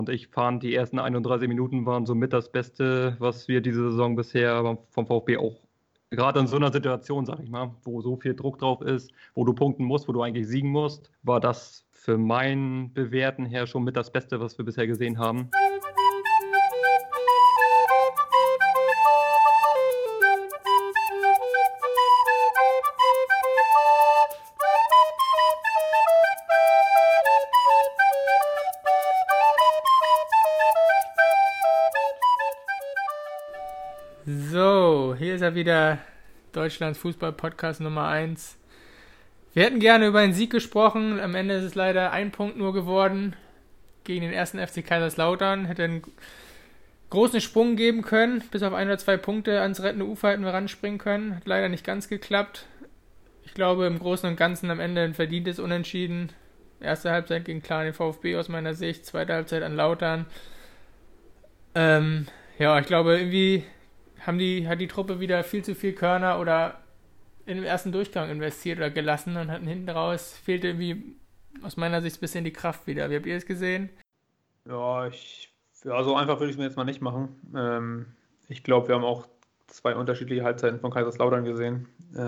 Und ich fand, die ersten 31 Minuten waren somit das Beste, was wir diese Saison bisher vom VfB auch, gerade in so einer Situation, sag ich mal, wo so viel Druck drauf ist, wo du punkten musst, wo du eigentlich siegen musst, war das für mein Bewerten her schon mit das Beste, was wir bisher gesehen haben. So, hier ist er wieder, Deutschlands Fußball-Podcast Nummer 1. Wir hätten gerne über einen Sieg gesprochen, am Ende ist es leider ein Punkt nur geworden gegen den ersten FC Kaiserslautern. Hätte einen großen Sprung geben können, bis auf 1 oder 2 Punkte ans rettende Ufer hätten wir ranspringen können. Hat leider nicht ganz geklappt. Ich glaube im Großen und Ganzen am Ende ein verdientes Unentschieden. Erste Halbzeit gegen klar den VfB aus meiner Sicht, zweite Halbzeit an Lautern. Ich glaube irgendwie hat die Truppe wieder viel zu viel Körner oder in dem ersten Durchgang investiert oder gelassen und hatten hinten raus, fehlte irgendwie aus meiner Sicht ein bisschen die Kraft wieder. Wie habt ihr es gesehen? Ja, so einfach würde ich es mir jetzt mal nicht machen. Ich glaube, wir haben auch 2 unterschiedliche Halbzeiten von Kaiserslautern gesehen.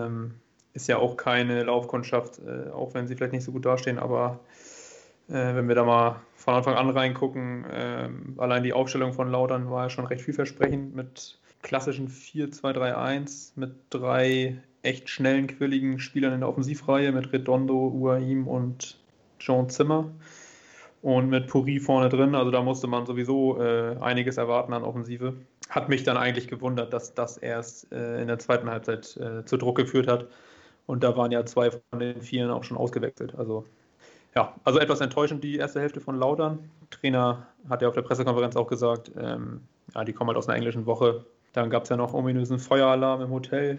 Ist ja auch keine Laufkundschaft, auch wenn sie vielleicht nicht so gut dastehen, aber wenn wir da mal von Anfang an reingucken, allein die Aufstellung von Lautern war ja schon recht vielversprechend mit klassischen 4-2-3-1, mit 3 echt schnellen, quirligen Spielern in der Offensivreihe, mit Redondo, Uahim und John Zimmer und mit Puri vorne drin. Also da musste man sowieso einiges erwarten an Offensive. Hat mich dann eigentlich gewundert, dass das erst in der zweiten Halbzeit zu Druck geführt hat. Und da waren ja 2 von den 4 auch schon ausgewechselt. Also etwas enttäuschend die erste Hälfte von Lautern. Der Trainer hat ja auf der Pressekonferenz auch gesagt, die kommen halt aus einer englischen Woche. Dann gab es ja noch ominösen Feueralarm im Hotel.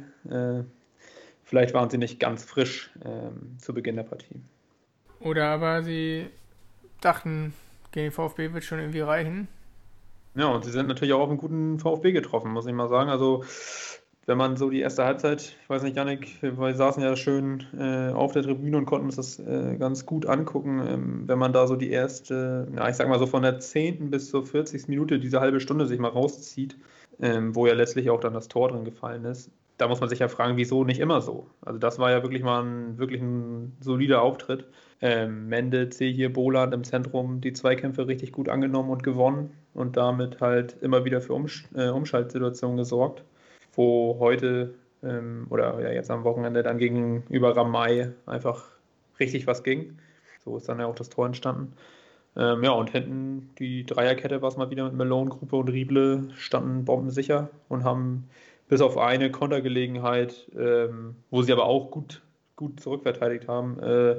Vielleicht waren sie nicht ganz frisch zu Beginn der Partie. Oder aber sie dachten, gegen den VfB wird schon irgendwie reichen. Ja, und sie sind natürlich auch auf einen guten VfB getroffen, muss ich mal sagen. Also wenn man so die erste Halbzeit, ich weiß nicht, Yannick, wir saßen ja schön auf der Tribüne und konnten uns das ganz gut angucken. Wenn man da so die erste, ich sag mal so von der 10. bis zur 40. Minute, diese halbe Stunde sich mal rauszieht, wo ja letztlich auch dann das Tor drin gefallen ist, da muss man sich ja fragen, wieso nicht immer so? Also das war ja wirklich mal ein solider Auftritt. Mende, hier Boland im Zentrum die Zweikämpfe richtig gut angenommen und gewonnen und damit halt immer wieder für Umschaltsituationen gesorgt, wo heute jetzt am Wochenende dann gegenüber Ramay einfach richtig was ging. So ist dann ja auch das Tor entstanden. Und hinten die Dreierkette war es mal wieder mit Malone, Gruppe und Rieble, standen bombensicher und haben bis auf eine Kontergelegenheit, wo sie aber auch gut zurückverteidigt haben,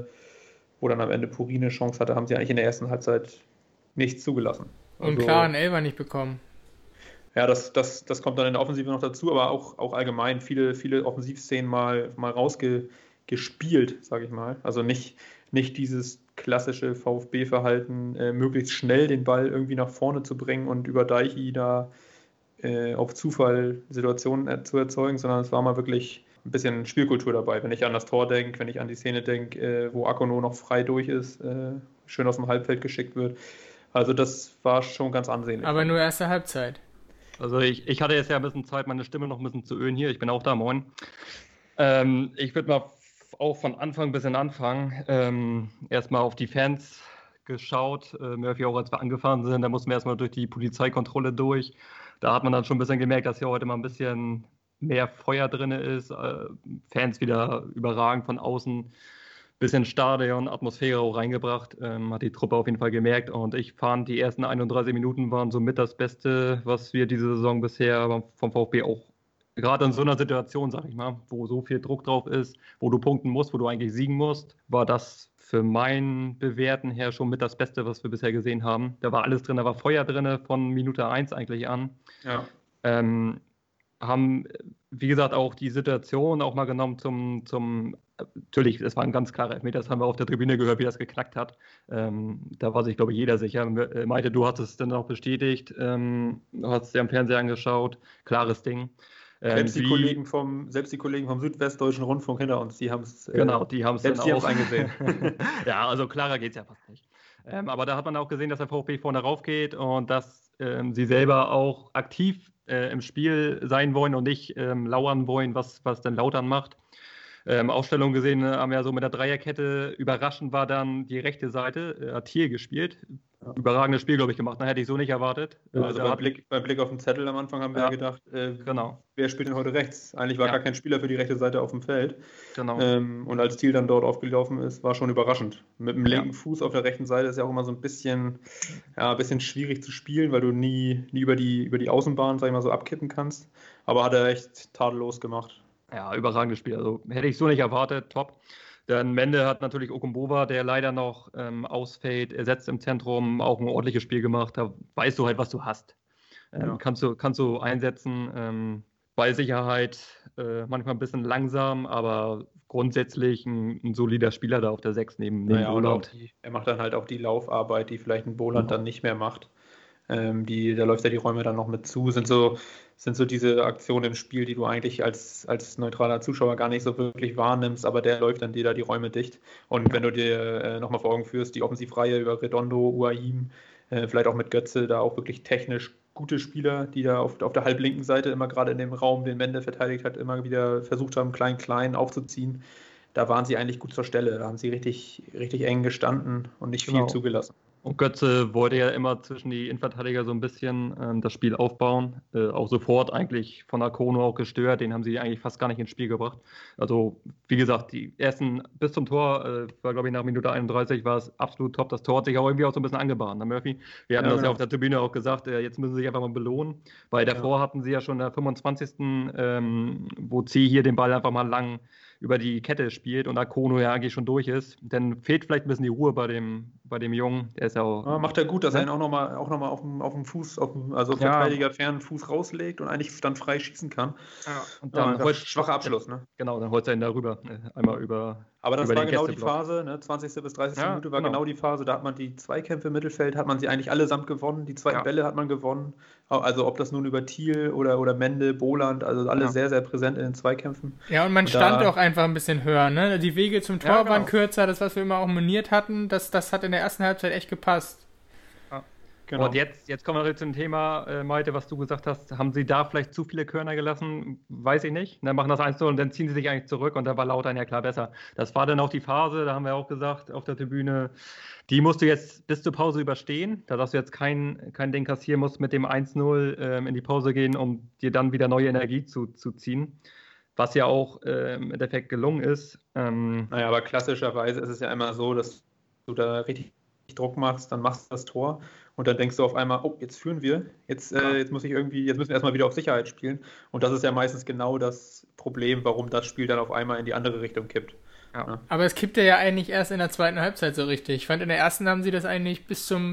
wo dann am Ende Puri eine Chance hatte, haben sie eigentlich in der ersten Halbzeit nichts zugelassen. Und klar einen Elfer nicht bekommen. Ja, das kommt dann in der Offensive noch dazu, aber auch allgemein viele Offensivszenen mal rausgespielt, sage ich mal. Also nicht dieses klassische VfB-Verhalten, möglichst schnell den Ball irgendwie nach vorne zu bringen und über Deichi da auf Zufall Situationen zu erzeugen, sondern es war mal wirklich ein bisschen Spielkultur dabei. Wenn ich an das Tor denke, wenn ich an die Szene denke, wo Akono noch frei durch ist, schön aus dem Halbfeld geschickt wird. Also das war schon ganz ansehnlich. Aber nur erste Halbzeit. Also ich hatte jetzt ja ein bisschen Zeit, meine Stimme noch ein bisschen zu ölen hier. Ich bin auch da, moin. Ich würde mal auch von Anfang bis in anfangen. Erstmal auf die Fans geschaut. Murphy auch, als wir angefahren sind, da mussten wir erstmal durch die Polizeikontrolle durch. Da hat man dann schon ein bisschen gemerkt, dass hier heute mal ein bisschen mehr Feuer drin ist. Fans wieder überragend von außen. Bisschen Stadion, Atmosphäre auch reingebracht. Hat die Truppe auf jeden Fall gemerkt. Und ich fand, die ersten 31 Minuten waren somit das Beste, was wir diese Saison bisher vom VfB auch, gerade in so einer Situation, sag ich mal, wo so viel Druck drauf ist, wo du punkten musst, wo du eigentlich siegen musst, war das für mein Bewerten her schon mit das Beste, was wir bisher gesehen haben. Da war alles drin, da war Feuer drin von Minute 1 eigentlich an. Ja. Haben, wie gesagt, auch die Situation auch mal genommen zum natürlich, es war ein ganz klarer Elfmeter, das haben wir auf der Tribüne gehört, wie das geknackt hat. Da war sich, glaube ich, jeder sicher. Malte, du hast es dann auch bestätigt, du hast es dir am Fernseher angeschaut, klares Ding. Selbst die Kollegen vom Südwestdeutschen Rundfunk hinter uns, die haben es genau, die haben es dann auch eingesehen. Ja, also klarer geht es ja fast nicht. Aber da hat man auch gesehen, dass der VfB vorne raufgeht und dass sie selber auch aktiv im Spiel sein wollen und nicht lauern wollen, was denn Lautern macht. Aufstellung gesehen haben wir ja so mit der Dreierkette. Überraschend war dann die rechte Seite, hat Thiel gespielt. Überragendes Spiel, glaube ich, gemacht. Hätte ich so nicht erwartet. Also beim Blick auf den Zettel am Anfang haben wir ja gedacht, genau. Wer spielt denn heute rechts? Eigentlich war gar kein Spieler für die rechte Seite auf dem Feld. Genau. Und als Thiel dann dort aufgelaufen ist, war schon überraschend. Mit dem linken Fuß auf der rechten Seite ist ja auch immer so ein bisschen schwierig zu spielen, weil du nie über die Außenbahn, sag ich mal, so abkippen kannst. Aber hat er echt tadellos gemacht. Ja, überragendes Spiel. Also hätte ich so nicht erwartet. Top. Dann Mende hat natürlich Okumbova, der leider noch ausfällt, ersetzt im Zentrum, auch ein ordentliches Spiel gemacht. Da weißt du halt, was du hast. Kannst du einsetzen. Ballsicherheit, manchmal ein bisschen langsam, aber grundsätzlich ein solider Spieler da auf der 6 neben Boland. Er macht dann halt auch die Laufarbeit, die vielleicht ein Boland dann nicht mehr macht. Da läuft ja die Räume dann noch mit zu. Sind so diese Aktionen im Spiel, die du eigentlich als neutraler Zuschauer gar nicht so wirklich wahrnimmst, aber der läuft dann dir da die Räume dicht. Und wenn du dir nochmal vor Augen führst, die Offensivreihe über Redondo, Uahim, vielleicht auch mit Götze, da auch wirklich technisch gute Spieler, die da auf der halblinken Seite immer gerade in dem Raum, den Mende verteidigt hat, immer wieder versucht haben, klein aufzuziehen. Da waren sie eigentlich gut zur Stelle. Da haben sie richtig, richtig eng gestanden und nicht viel zugelassen. Und Götze wollte ja immer zwischen die Innenverteidiger so ein bisschen das Spiel aufbauen. Auch sofort eigentlich von Akono auch gestört. Den haben sie eigentlich fast gar nicht ins Spiel gebracht. Also, wie gesagt, die ersten bis zum Tor, war glaube ich nach Minute 31, war es absolut top. Das Tor hat sich auch irgendwie auch so ein bisschen angebahnt, ne, Murphy? Wir hatten das ja auf der Tribüne auch gesagt, jetzt müssen sie sich einfach mal belohnen. Weil davor hatten sie ja schon in der 25. Wo C hier den Ball einfach mal lang über die Kette spielt und Akono ja eigentlich schon durch ist. Dann fehlt vielleicht ein bisschen die Ruhe bei dem Jungen. Der ist ja auch. Macht er gut, dass er ihn auch nochmal auf dem Fuß, also Verteidiger fernen Fuß rauslegt und eigentlich dann frei schießen kann. Ja, und dann schwacher Abschluss, ne? Genau, dann holt er ihn darüber. Einmal über. Aber das war genau die Phase, ne? 20. bis 30. Minute war genau die Phase, da hat man die Zweikämpfe im Mittelfeld, hat man sie eigentlich allesamt gewonnen. Die zweiten Bälle hat man gewonnen. Also ob das nun über Thiel oder Mende, Boland, also alle sehr, sehr präsent in den Zweikämpfen. Ja, und man stand auch einfach ein bisschen höher, ne? Die Wege zum Tor waren kürzer, das, was wir immer auch moniert hatten, das hat in der ersten Halbzeit echt gepasst. Genau. Und jetzt kommen wir zu dem Thema, Malte, was du gesagt hast. Haben sie da vielleicht zu viele Körner gelassen? Weiß ich nicht. Dann machen das 1-0 und dann ziehen sie sich eigentlich zurück und da war Lautern ja klar besser. Das war dann auch die Phase, da haben wir auch gesagt auf der Tribüne, die musst du jetzt bis zur Pause überstehen. Da darfst du jetzt kein Ding kassieren, musst mit dem 1-0 in die Pause gehen, um dir dann wieder neue Energie zu ziehen. Was ja auch im Endeffekt gelungen ist. Naja, aber klassischerweise ist es ja immer so, dass du da richtig Druck machst, dann machst du das Tor und dann denkst du auf einmal, oh, jetzt führen wir, jetzt müssen wir erstmal wieder auf Sicherheit spielen und das ist ja meistens genau das Problem, warum das Spiel dann auf einmal in die andere Richtung kippt. Ja. Aber es kippte ja eigentlich erst in der zweiten Halbzeit so richtig. Ich fand, in der ersten haben sie das eigentlich bis zur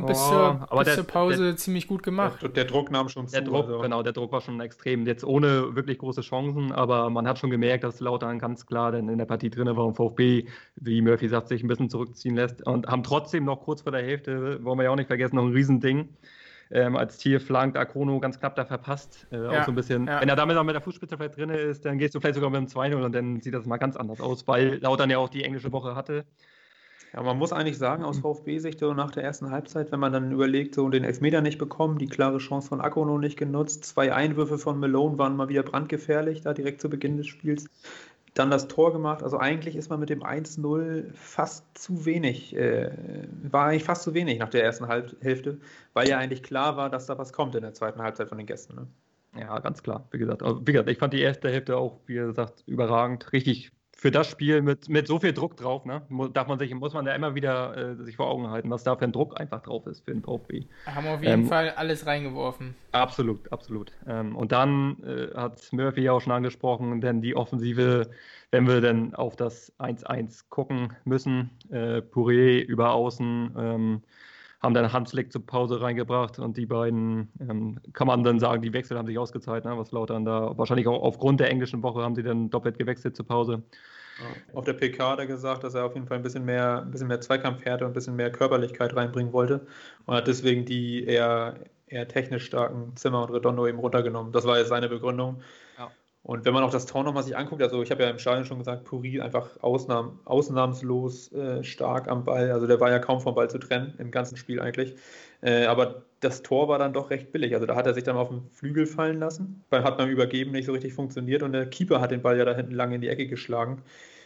Pause ziemlich gut gemacht. Der Druck nahm schon zu. Genau, der Druck war schon extrem. Jetzt ohne wirklich große Chancen, aber man hat schon gemerkt, dass Lautern ganz klar denn in der Partie drin war und VfB, wie Murphy sagt, sich ein bisschen zurückziehen lässt und haben trotzdem noch kurz vor der Hälfte, wollen wir ja auch nicht vergessen, noch ein Riesending. Als Thiel flankt, Akono ganz knapp da verpasst. Auch so ein bisschen. Ja. Wenn er damit auch mit der Fußspitze vielleicht drin ist, dann gehst du vielleicht sogar mit dem 2-0 und dann sieht das mal ganz anders aus, weil Lautern ja auch die englische Woche hatte. Ja, man muss eigentlich sagen, aus VfB-Sicht so nach der ersten Halbzeit, wenn man dann überlegt, so den Elfmeter nicht bekommen, die klare Chance von Akono nicht genutzt, 2 Einwürfe von Malone waren mal wieder brandgefährlich, da direkt zu Beginn des Spiels. Dann das Tor gemacht, also eigentlich ist man mit dem 1-0 fast zu wenig, war eigentlich fast zu wenig nach der ersten Hälfte, weil ja eigentlich klar war, dass da was kommt in der zweiten Halbzeit von den Gästen. Ne? Ja, ganz klar, wie gesagt, ich fand die erste Hälfte auch, wie gesagt, überragend, richtig für das Spiel mit so viel Druck drauf, ne, muss man da immer wieder sich vor Augen halten, was da für ein Druck einfach drauf ist für den VfB. Haben auf jeden Fall alles reingeworfen. Absolut. Und dann hat Murphy ja auch schon angesprochen, denn die Offensive, wenn wir dann auf das 1-1 gucken müssen, Pourier über Außen, haben dann Hanslick zur Pause reingebracht und die beiden, kann man dann sagen, die Wechsel haben sich ausgezahlt, ne? Was Lautern da, wahrscheinlich auch aufgrund der englischen Woche haben sie dann doppelt gewechselt zur Pause. Auf der PK hat er gesagt, dass er auf jeden Fall ein bisschen mehr Zweikampfhärte und ein bisschen mehr Körperlichkeit reinbringen wollte und hat deswegen die eher technisch starken Zimmer und Redondo eben runtergenommen. Das war jetzt seine Begründung. Ja. Und wenn man auch das Tor nochmal sich anguckt, also ich habe ja im Stadion schon gesagt, Puri einfach ausnahmslos stark am Ball. Also der war ja kaum vom Ball zu trennen, im ganzen Spiel eigentlich. Aber das Tor war dann doch recht billig. Also da hat er sich dann auf den Flügel fallen lassen. Hat beim Übergeben nicht so richtig funktioniert und der Keeper hat den Ball ja da hinten lang in die Ecke geschlagen.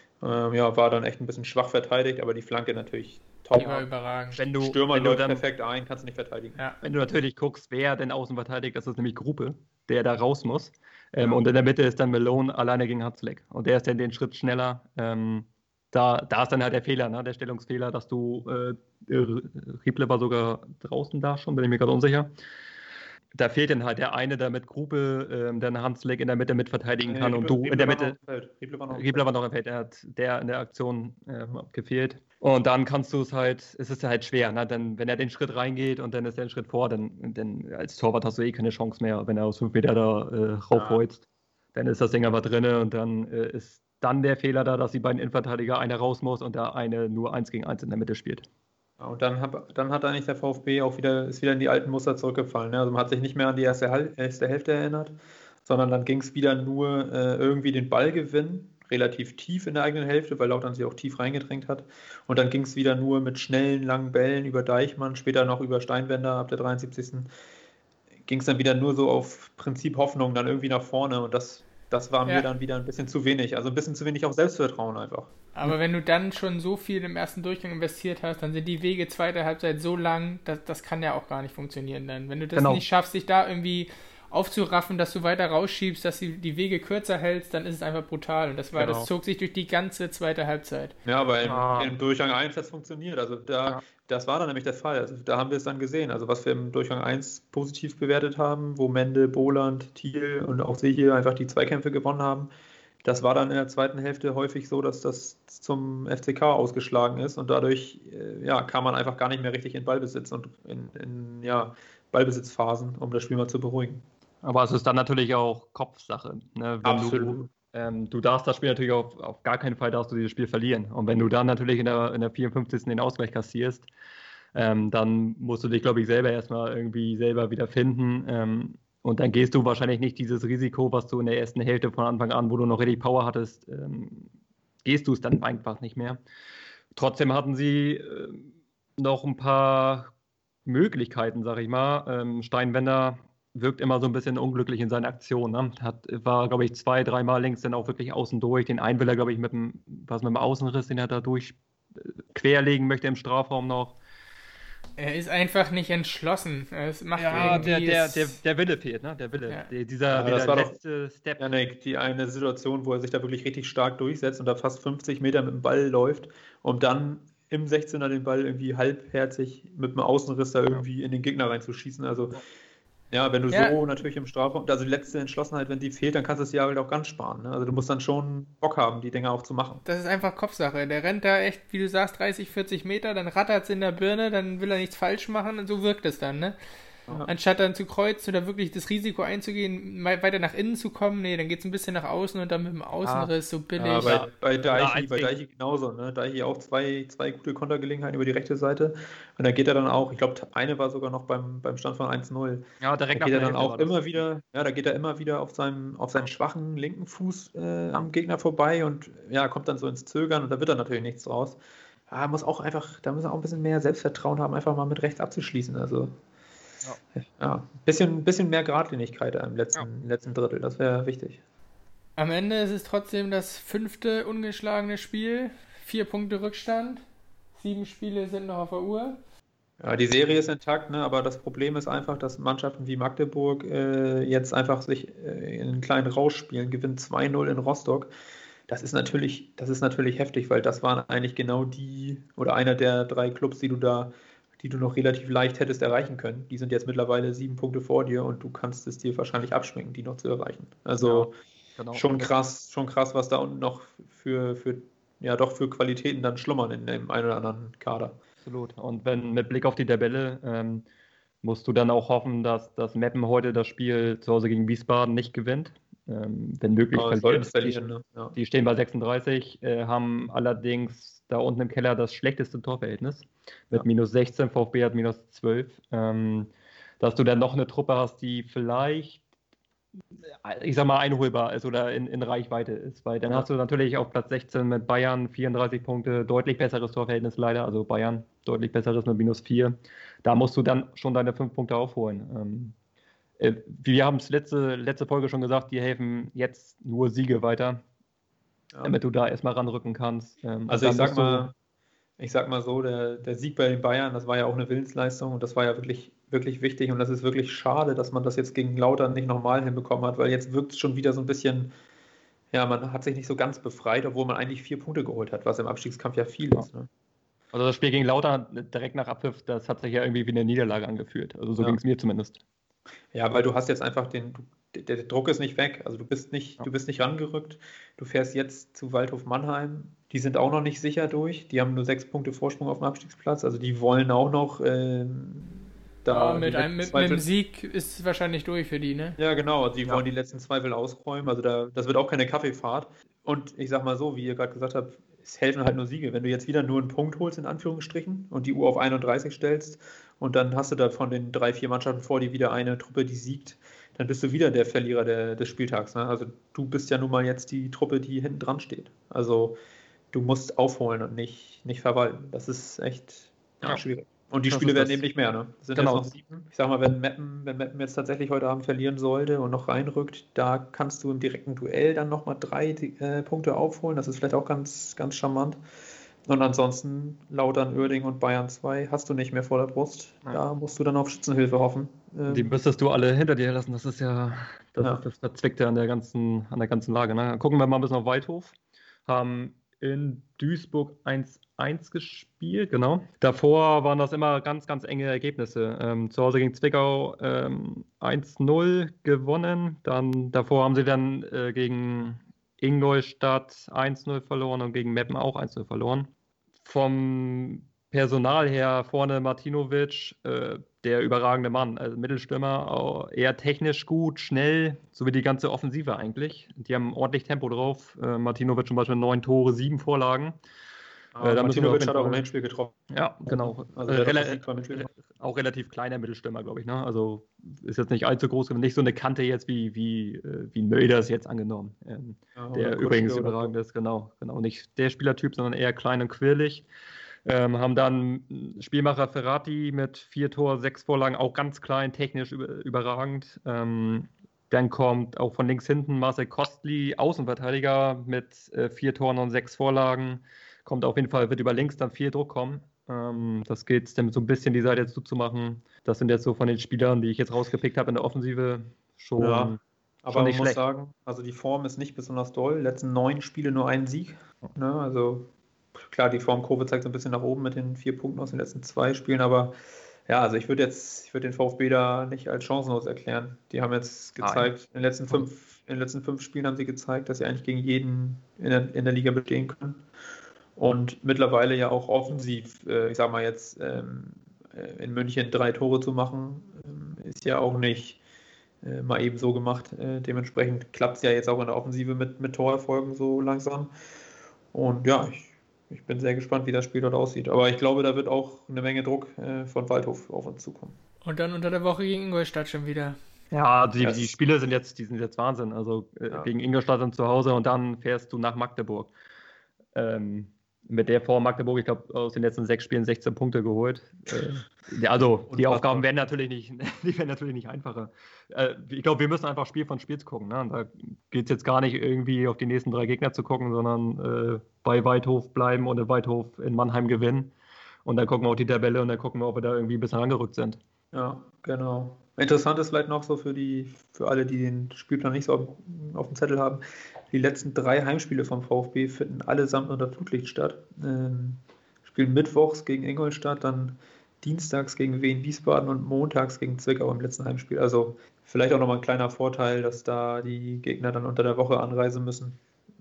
War dann echt ein bisschen schwach verteidigt, aber die Flanke natürlich top. Die war überragend. Stürmer läuft perfekt ein, kannst du nicht verteidigen. Ja. Wenn du natürlich guckst, wer denn außen verteidigt, das ist nämlich Gruppe, der da raus muss. Und in der Mitte ist dann Malone alleine gegen Hatzleck. Und der ist dann den Schritt schneller. Da ist dann halt der Fehler, ne? Der Stellungsfehler, dass du Rieble war sogar draußen da schon, bin ich mir gerade unsicher. Da fehlt dann halt der eine, der mit Gruppe dann Hatzleck in der Mitte mit verteidigen kann und du in der Mitte. Rieble war noch im Feld, der in der Aktion gefehlt. Und dann kannst du es ist halt schwer, ne? Denn wenn er den Schritt reingeht und dann ist er einen Schritt vor, dann als Torwart hast du keine Chance mehr, wenn er aus 5 Meter da raufholzt. Dann ist das Ding aber drin und dann ist dann der Fehler da, dass die beiden Innenverteidiger einer raus muss und der eine nur 1 gegen 1 in der Mitte spielt. Ja, und dann hat eigentlich der VfB ist wieder in die alten Muster zurückgefallen. Ne? Also man hat sich nicht mehr an die erste Hälfte erinnert, sondern dann ging es wieder nur irgendwie den Ball gewinnen, relativ tief in der eigenen Hälfte, weil Lautern sich auch tief reingedrängt hat. Und dann ging es wieder nur mit schnellen, langen Bällen über Deichmann, später noch über Steinwender ab der 73. Ging es dann wieder nur so auf Prinzip Hoffnung dann irgendwie nach vorne und das war mir dann wieder ein bisschen zu wenig. Also ein bisschen zu wenig auch Selbstvertrauen einfach. Aber wenn du dann schon so viel im ersten Durchgang investiert hast, dann sind die Wege zweite Halbzeit so lang, das kann ja auch gar nicht funktionieren dann. Wenn du das nicht schaffst, dich da irgendwie aufzuraffen, dass du weiter rausschiebst, dass du die Wege kürzer hältst, dann ist es einfach brutal. Und das zog sich durch die ganze zweite Halbzeit. Ja, aber im Durchgang 1 hat es funktioniert. Also das war dann nämlich der Fall. Also da haben wir es dann gesehen. Also was wir im Durchgang 1 positiv bewertet haben, wo Mende, Boland, Thiel und auch Sie hier einfach die Zweikämpfe gewonnen haben, das war dann in der zweiten Hälfte häufig so, dass das zum FCK ausgeschlagen ist und dadurch kam man einfach gar nicht mehr richtig in Ballbesitz und in Ballbesitzphasen, um das Spiel mal zu beruhigen. Aber es ist dann natürlich auch Kopfsache. Ne? Absolut. Du darfst das Spiel natürlich auf gar keinen Fall darfst du dieses Spiel verlieren. Und wenn du dann natürlich in der 54. den Ausgleich kassierst, dann musst du dich, glaube ich, erstmal irgendwie selber wieder finden. Und dann gehst du wahrscheinlich nicht dieses Risiko, was du in der ersten Hälfte von Anfang an, wo du noch richtig Power hattest, gehst du es dann einfach nicht mehr. Trotzdem hatten sie noch ein paar Möglichkeiten, sag ich mal. Steinwender wirkt immer so ein bisschen unglücklich in seinen Aktionen. Ne? War, glaube ich, 2-3 Mal links dann auch wirklich außen durch. Den einen will er, glaube ich, mit dem Außenriss, den er da querlegen möchte im Strafraum noch. Er ist einfach nicht entschlossen. Es macht der Wille fehlt, ne? Der Wille. Ja. Das war letzte Step. Janik, die eine Situation, wo er sich da wirklich richtig stark durchsetzt und da fast 50 Meter mit dem Ball läuft, um dann im 16er den Ball irgendwie halbherzig mit dem Außenriss da irgendwie in den Gegner reinzuschießen. Also ja, wenn du so natürlich im Strafraum, also die letzte Entschlossenheit, wenn die fehlt, dann kannst du es ja halt auch ganz sparen. Ne? Also du musst dann schon Bock haben, die Dinger auch zu machen. Das ist einfach Kopfsache. Der rennt da echt, wie du sagst, 30, 40 Meter, dann rattert es in der Birne, dann will er nichts falsch machen und so wirkt es dann, ne? Ja. Anstatt dann zu kreuzen oder wirklich das Risiko einzugehen, weiter nach innen zu kommen, dann geht es ein bisschen nach außen und dann mit dem Außenriss so billig. Ja, bei Deichi genauso, ne? Deichi auch zwei gute Kontergelegenheiten über die rechte Seite und da geht er dann auch, ich glaube, eine war sogar noch beim Stand von 1-0. Ja, direkt da geht er dann auch immer wieder, da geht er immer wieder auf seinen schwachen linken Fuß am Gegner vorbei und kommt dann so ins Zögern und da wird dann natürlich nichts draus. Da muss er auch ein bisschen mehr Selbstvertrauen haben, einfach mal mit rechts abzuschließen, also bisschen mehr Geradlinigkeit im letzten Drittel, das wäre wichtig. Am Ende ist es trotzdem das 5. ungeschlagene Spiel, 4 Punkte Rückstand, 7 Spiele sind noch auf der Uhr. Ja, die Serie ist intakt, ne? Aber das Problem ist einfach, dass Mannschaften wie Magdeburg jetzt einfach sich in einen kleinen Rausch spielen, gewinnt 2-0 in Rostock. Das ist natürlich heftig, weil das waren eigentlich genau einer der 3 Clubs, die du noch relativ leicht hättest erreichen können. Die sind jetzt mittlerweile 7 Punkte vor dir und du kannst es dir wahrscheinlich abschminken, die noch zu erreichen. Also schon krass, was da unten noch für Qualitäten dann schlummern in dem einen oder anderen Kader. Absolut. Und wenn mit Blick auf die Tabelle musst du dann auch hoffen, dass das Meppen heute das Spiel zu Hause gegen Wiesbaden nicht gewinnt. Wenn möglich verlieren. Ne? Ja. Die stehen bei 36, haben allerdings da unten im Keller das schlechteste Torverhältnis mit minus 16, VfB hat minus 12. Dass du dann noch eine Truppe hast, die vielleicht ich sag mal, einholbar ist oder in Reichweite ist. Weil dann hast du natürlich auf Platz 16 mit Bayern 34 Punkte, deutlich besseres Torverhältnis leider, also Bayern deutlich besseres mit -4. Da musst du dann schon deine 5 Punkte aufholen. Wir haben es letzte Folge schon gesagt, die helfen jetzt nur Siege weiter, damit du da erstmal ranrücken kannst. Also ich sag mal so, der Sieg bei den Bayern, das war ja auch eine Willensleistung und das war ja wirklich, wirklich wichtig und das ist wirklich schade, dass man das jetzt gegen Lautern nicht nochmal hinbekommen hat, weil jetzt wirkt es schon wieder so ein bisschen, ja, man hat sich nicht so ganz befreit, obwohl man eigentlich 4 Punkte geholt hat, was im Abstiegskampf ja viel ist. Ne? Also das Spiel gegen Lautern direkt nach Abpfiff, das hat sich ja irgendwie wie eine Niederlage angefühlt. Also so ging es mir zumindest. Ja, weil du hast jetzt einfach der Druck ist nicht weg. Also du bist nicht rangerückt. Du fährst jetzt zu Waldhof Mannheim. Die sind auch noch nicht sicher durch. Die haben nur 6 Punkte Vorsprung auf dem Abstiegsplatz. Also die wollen auch noch mit einem Sieg ist es wahrscheinlich durch für die, ne? Ja, genau. Also die wollen die letzten Zweifel ausräumen. Also das wird auch keine Kaffeefahrt. Und ich sag mal so, wie ihr gerade gesagt habt, es helfen halt nur Siege. Wenn du jetzt wieder nur einen Punkt holst, in Anführungsstrichen, und die Uhr auf 31 stellst und dann hast du da von den 3-4 Mannschaften vor dir wieder eine Truppe, die siegt, dann bist du wieder der Verlierer des Spieltags. Ne? Also du bist ja nun mal jetzt die Truppe, die hinten dran steht. Also du musst aufholen und nicht verwalten. Das ist echt schwierig. Und die Spiele werden eben nicht mehr. Ne? Das sind jetzt noch 7. Ich sag mal, wenn Meppen jetzt tatsächlich heute Abend verlieren sollte und noch reinrückt, da kannst du im direkten Duell dann nochmal 3 Punkte aufholen. Das ist vielleicht auch ganz, ganz charmant. Und ansonsten Lautern, Uerdingen und Bayern 2 hast du nicht mehr vor der Brust. Da musst du dann auf Schützenhilfe hoffen. Die müsstest du alle hinter dir lassen. Das ist ist das Verzwickte an der ganzen Lage. Ne? Gucken wir mal ein bisschen auf Waldhof. Haben in Duisburg 1-1 gespielt, genau. Davor waren das immer ganz, ganz enge Ergebnisse. Zu Hause gegen Zwickau 1-0 gewonnen. Davor haben sie dann gegen Ingolstadt 1-0 verloren und gegen Meppen auch 1-0 verloren. Vom Personal her vorne Martinovic, der überragende Mann, also Mittelstürmer, eher technisch gut, schnell, so wie die ganze Offensive eigentlich. Die haben ordentlich Tempo drauf. Martinovic zum Beispiel 9 Tore, 7 Vorlagen. Martinovic hat auch im Hinspiel getroffen. Ja, genau. Also auch relativ kleiner Mittelstürmer, glaube ich. Ne? Also ist jetzt nicht allzu groß, nicht so eine Kante jetzt wie Mölders jetzt angenommen. Der übrigens überragend ist, genau. Nicht der Spielertyp, sondern eher klein und quirlig. Haben dann Spielmacher Ferrati mit 4 Tor, 6 Vorlagen, auch ganz klein, technisch überragend. Dann kommt auch von links hinten Marcel Kostli, Außenverteidiger mit 4 Toren und 6 Vorlagen. Kommt auf jeden Fall, wird über links dann viel Druck kommen. Das geht damit so ein bisschen die Seite jetzt zuzumachen. Das sind jetzt so von den Spielern, die ich jetzt rausgepickt habe in der Offensive, schon. Ja, aber man muss sagen, also die Form ist nicht besonders doll. Letzten 9 Spiele nur einen Sieg. Ne? Also klar, die Formkurve zeigt so ein bisschen nach oben mit den 4 Punkten aus den letzten 2 Spielen, aber ja, also ich würde den VfB da nicht als chancenlos erklären. Die haben jetzt gezeigt, in den letzten 5 Spielen haben sie gezeigt, dass sie eigentlich gegen jeden in der Liga bestehen können. Und mittlerweile ja auch offensiv, ich sag mal jetzt, in München 3 Tore zu machen, ist ja auch nicht mal eben so gemacht. Dementsprechend klappt es ja jetzt auch in der Offensive mit Torerfolgen so langsam. Und ja, ich bin sehr gespannt, wie das Spiel dort aussieht. Aber ich glaube, da wird auch eine Menge Druck von Waldhof auf uns zukommen. Und dann unter der Woche gegen Ingolstadt schon wieder. Ja, die Spiele sind jetzt Wahnsinn. Also gegen Ingolstadt dann zu Hause und dann fährst du nach Magdeburg. Mit der Form Magdeburg, ich glaube, aus den letzten 6 Spielen 16 Punkte geholt. Also die Aufgaben werden natürlich nicht einfacher. Ich glaube, wir müssen einfach Spiel von Spiel gucken. Ne? Da geht es jetzt gar nicht irgendwie auf die nächsten 3 Gegner zu gucken, sondern bei Waldhof bleiben und in Waldhof in Mannheim gewinnen. Und dann gucken wir auf die Tabelle und dann gucken wir, ob wir da irgendwie ein bisschen angerückt sind. Ja, genau. Interessant ist vielleicht noch so für alle, die den Spielplan nicht so auf dem Zettel haben, die letzten 3 Heimspiele vom VfB finden allesamt unter Flutlicht statt. Spielen mittwochs gegen Ingolstadt, dann dienstags gegen Wien Wiesbaden und montags gegen Zwickau im letzten Heimspiel. Also vielleicht auch nochmal ein kleiner Vorteil, dass da die Gegner dann unter der Woche anreisen müssen.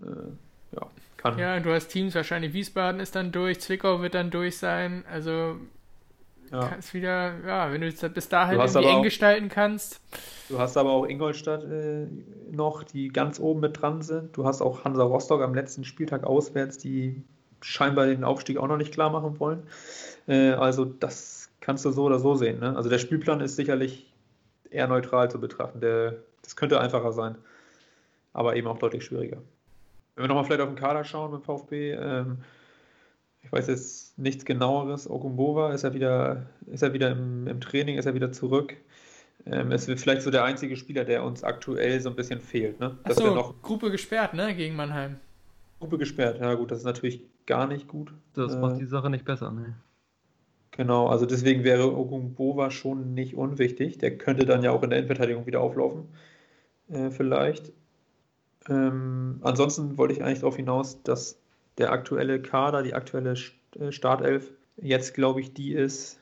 Ja, du hast Teams, wahrscheinlich Wiesbaden ist dann durch, Zwickau wird dann durch sein, also kannst wieder, wenn du es bis dahin irgendwie eng gestalten kannst. Du hast aber auch Ingolstadt noch, die ganz oben mit dran sind. Du hast auch Hansa Rostock am letzten Spieltag auswärts, die scheinbar den Aufstieg auch noch nicht klar machen wollen. Also das kannst du so oder so sehen. Ne? Also der Spielplan ist sicherlich eher neutral zu betrachten. Das könnte einfacher sein, aber eben auch deutlich schwieriger. Wenn wir nochmal vielleicht auf den Kader schauen beim VfB, ich weiß jetzt nichts Genaueres. Ogumbova ist er wieder im Training, ist er wieder zurück. Es wird vielleicht so der einzige Spieler, der uns aktuell so ein bisschen fehlt. Ne? Achso, Gruppe gesperrt, ne, gegen Mannheim. Gruppe gesperrt, ja gut, das ist natürlich gar nicht gut. Das macht die Sache nicht besser, ne? Genau, also deswegen wäre Ogumbova schon nicht unwichtig. Der könnte dann ja auch in der Innenverteidigung wieder auflaufen, vielleicht. Ansonsten wollte ich eigentlich darauf hinaus, dass der aktuelle Kader, die aktuelle Startelf, jetzt glaube ich die ist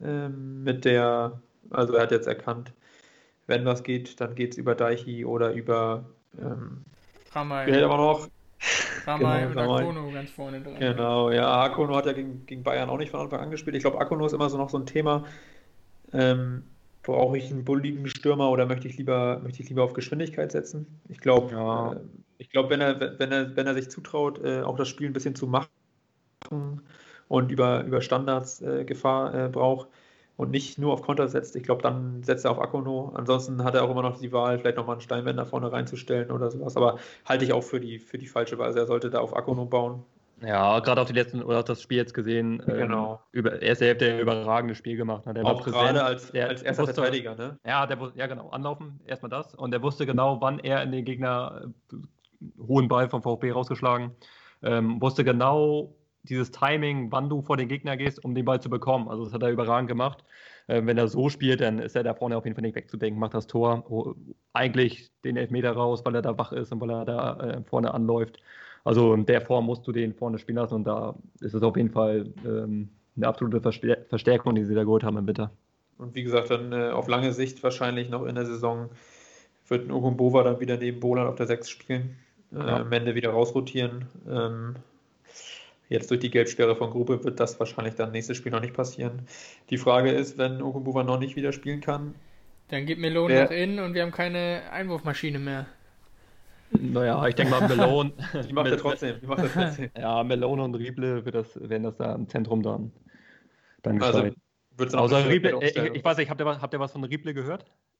also er hat jetzt erkannt, wenn was geht, dann geht es über Daichi oder über Ramay. Wer aber noch? Ramay Genau, und Ramay. Akono ganz vorne dran. Genau, ja, Akono hat ja gegen Bayern auch nicht von Anfang an gespielt. Ich glaube, Akono ist immer so noch so ein Thema. Brauche ich einen bulligen Stürmer oder möchte ich lieber auf Geschwindigkeit setzen? Ich glaube, Ja. wenn er sich zutraut, auch das Spiel ein bisschen zu machen und über Standards Gefahr braucht und nicht nur auf Konter setzt, ich glaube, dann setzt er auf Akono. Ansonsten hat er auch immer noch die Wahl, vielleicht nochmal einen Steinwender vorne reinzustellen oder sowas. Aber halte ich auch für die falsche Wahl. Also er sollte da auf Akono bauen. Ja, gerade auf die letzten oder auf das Spiel jetzt gesehen. Genau. Erste Hälfte ein überragendes Spiel gemacht. Ne? Der war Auch präsent. gerade als Der erster wusste- Verteidiger, ne? Ja, genau, anlaufen, erstmal das. Und der wusste genau, wann er in den Gegner hohen Ball vom VfB rausgeschlagen, wusste genau dieses Timing, wann du vor den Gegner gehst, um den Ball zu bekommen. Also das hat er überragend gemacht. Wenn er so spielt, dann ist er da vorne auf jeden Fall nicht wegzudenken, macht das Tor. Eigentlich den Elfmeter raus, weil er da wach ist und weil er da vorne anläuft. Also in der Form musst du den vorne spielen lassen und da ist es auf jeden Fall eine absolute Verstärkung, die sie da geholt haben im Winter. Und wie gesagt, dann auf lange Sicht wahrscheinlich noch in der Saison wird ein Ogumbova dann wieder neben Bolan auf der 6 spielen, am Ende wieder rausrotieren. Jetzt durch die Gelbsperre von Grube wird das wahrscheinlich dann nächstes Spiel noch nicht passieren. Die Frage ist, wenn Ogumbova noch nicht wieder spielen kann. Dann geht Melon nach innen und wir haben keine Einwurfmaschine mehr. Naja, ich denke mal, Malone. Die macht er trotzdem. Ja, Malone und Rieble werden das da im Zentrum dann Also gestalten. wird es Außer Rieble, ich weiß nicht, habt ihr was von Rieble gehört?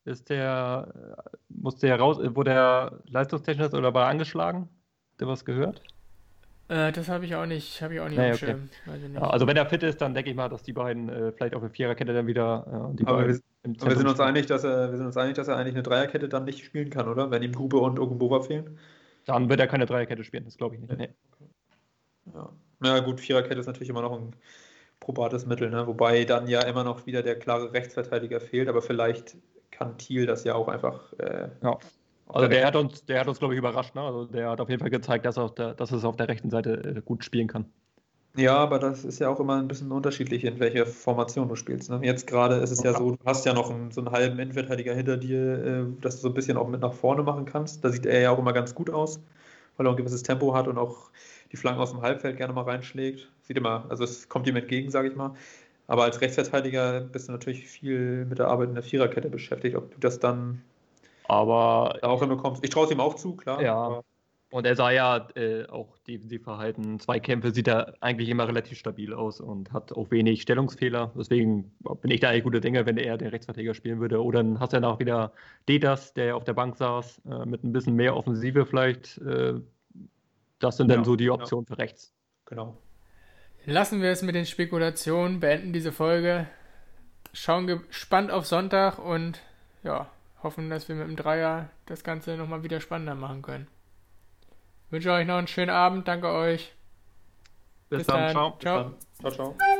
Musste der raus, wurde der leistungstechnisch oder war er angeschlagen? Habt ihr was gehört? Das habe ich auch nicht auf dem Okay. Schirm. Weiß ich nicht. Ja, also wenn er fit ist, dann denke ich mal, dass die beiden vielleicht auf der Viererkette dann wieder Aber wir im sind uns stehen. einig, dass er eigentlich eine Dreierkette dann nicht spielen kann, oder? Wenn ihm Grube und Ogumbova fehlen. Dann wird er keine Dreierkette spielen, das glaube ich nicht. Nee. Ja. Ja gut, Viererkette ist natürlich immer noch ein probates Mittel, ne? Wobei dann ja immer noch wieder der klare Rechtsverteidiger fehlt, aber vielleicht kann Thiel das ja auch einfach. Ja. Also der hat uns, glaube ich, überrascht. Ne? Also der hat auf jeden Fall gezeigt, dass es auf der rechten Seite gut spielen kann. Ja, aber das ist ja auch immer ein bisschen unterschiedlich, in welcher Formation du spielst. Ne? Jetzt gerade ist es ja so, du hast ja noch so einen halben Innenverteidiger hinter dir, dass du so ein bisschen auch mit nach vorne machen kannst. Da sieht er ja auch immer ganz gut aus, weil er ein gewisses Tempo hat und auch die Flanken aus dem Halbfeld gerne mal reinschlägt. Sieht immer, also es kommt ihm entgegen, sage ich mal. Aber als Rechtsverteidiger bist du natürlich viel mit der Arbeit in der Viererkette beschäftigt, ob du das dann Aber auch hinbekommst. Ich traue es ihm auch zu, klar. ja. Aber Und er sah ja auch defensiv verhalten. Zweikämpfe sieht er eigentlich immer relativ stabil aus und hat auch wenig Stellungsfehler. Deswegen bin ich da eigentlich guter Dinge, wenn er den Rechtsverteidiger spielen würde. Oder dann hast du ja noch wieder Dedas, der auf der Bank saß, mit ein bisschen mehr Offensive vielleicht. Das sind dann so die Optionen für rechts. genau. Lassen wir es mit den Spekulationen, beenden diese Folge, schauen gespannt auf Sonntag und ja, hoffen, dass wir mit dem Dreier das Ganze nochmal wieder spannender machen können. Ich wünsche euch noch einen schönen Abend, danke euch. Bis dann, ciao. Ciao. Ciao, ciao.